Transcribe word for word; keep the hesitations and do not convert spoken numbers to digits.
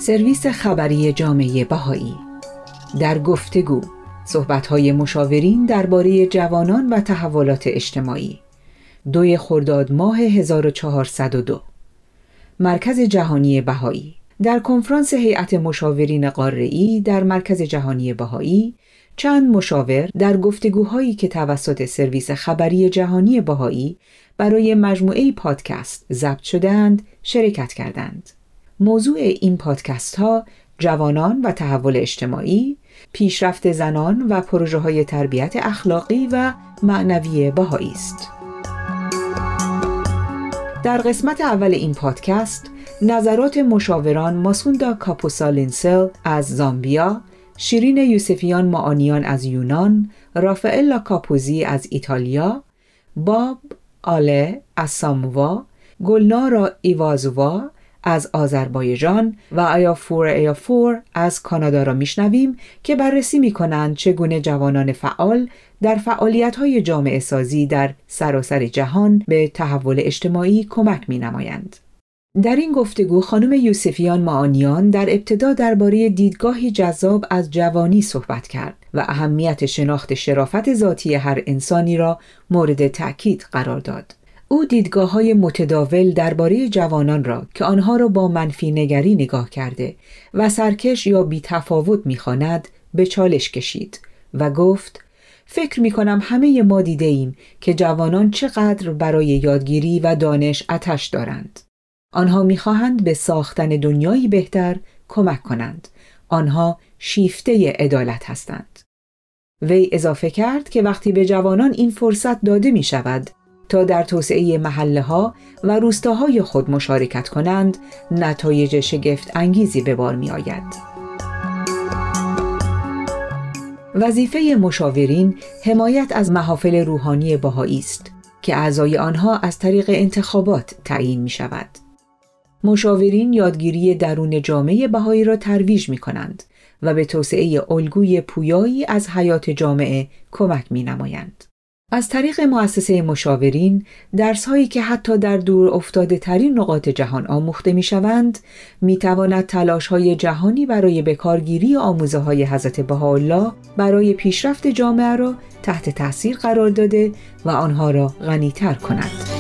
سرویس خبری جامعه بهایی در گفتگو، صحبت‌های مشاورین درباره جوانان و تحولات اجتماعی. دوی خرداد ماه هزار و چهارصد و دو. مرکز جهانی بهایی. در کنفرانس هیئت مشاورین قاره‌ای در مرکز جهانی بهایی، چند مشاور در گفتگوهایی که توسط سرویس خبری جهانی بهایی برای مجموعه پادکست ضبط شده‌اند، شرکت کردند. موضوع این پادکست ها جوانان و تحول اجتماعی، پیشرفت زنان و پروژه‌های تربیت اخلاقی و معنوی بهایی است. در قسمت اول این پادکست نظرات مشاوران ماسوندا کاپوسالینسل از زامبیا، شیرین یوسفیان معانیان از یونان، رافائلا کاپوزی از ایتالیا، باب آله از ساموا، گلنارا ایوازووا از آذربایجان و ایافور ایافور از کانادا را میشنویم که بررسی می‌کنند چگونه جوانان فعال در فعالیت‌های جامعه سازی در سراسر جهان به تحول اجتماعی کمک می‌نمایند. در این گفتگو خانم یوسفیان معانیان در ابتدا درباره دیدگاهی جذاب از جوانی صحبت کرد و اهمیت شناخت شرافت ذاتی هر انسانی را مورد تأکید قرار داد. او دیدگاه‌های متداول درباره جوانان را که آنها را با منفی نگری نگاه کرده و سرکش یا بی‌تفاوت می‌خواند به چالش کشید و گفت: فکر می‌کنم همه ما دیده‌ایم که جوانان چقدر برای یادگیری و دانش آتش دارند. آنها می‌خواهند به ساختن دنیایی بهتر کمک کنند. آنها شیفته عدالت هستند. وی اضافه کرد که وقتی به جوانان این فرصت داده می‌شود تا در توسعه محله‌ها و روستاهای خود مشارکت کنند، نتایج شگفت انگیزی به بار می‌آید. وظیفه مشاورین حمایت از محافل روحانی بهایی است که اعضای آنها از طریق انتخابات تعیین می‌شود. مشاورین یادگیری درون جامعه بهایی را ترویج می‌کنند و به توسعه الگوی پویایی از حیات جامعه کمک می‌نمایند. از طریق مؤسسه مشاورین، درس‌هایی که حتی در دور افتاده ترین نقاط جهان آموخته می‌شوند، می‌تواند تلاش‌های جهانی برای بکارگیری آموزه‌های حضرت بهاءالله برای پیشرفت جامعه را تحت تأثیر قرار داده و آنها را غنی‌تر کند.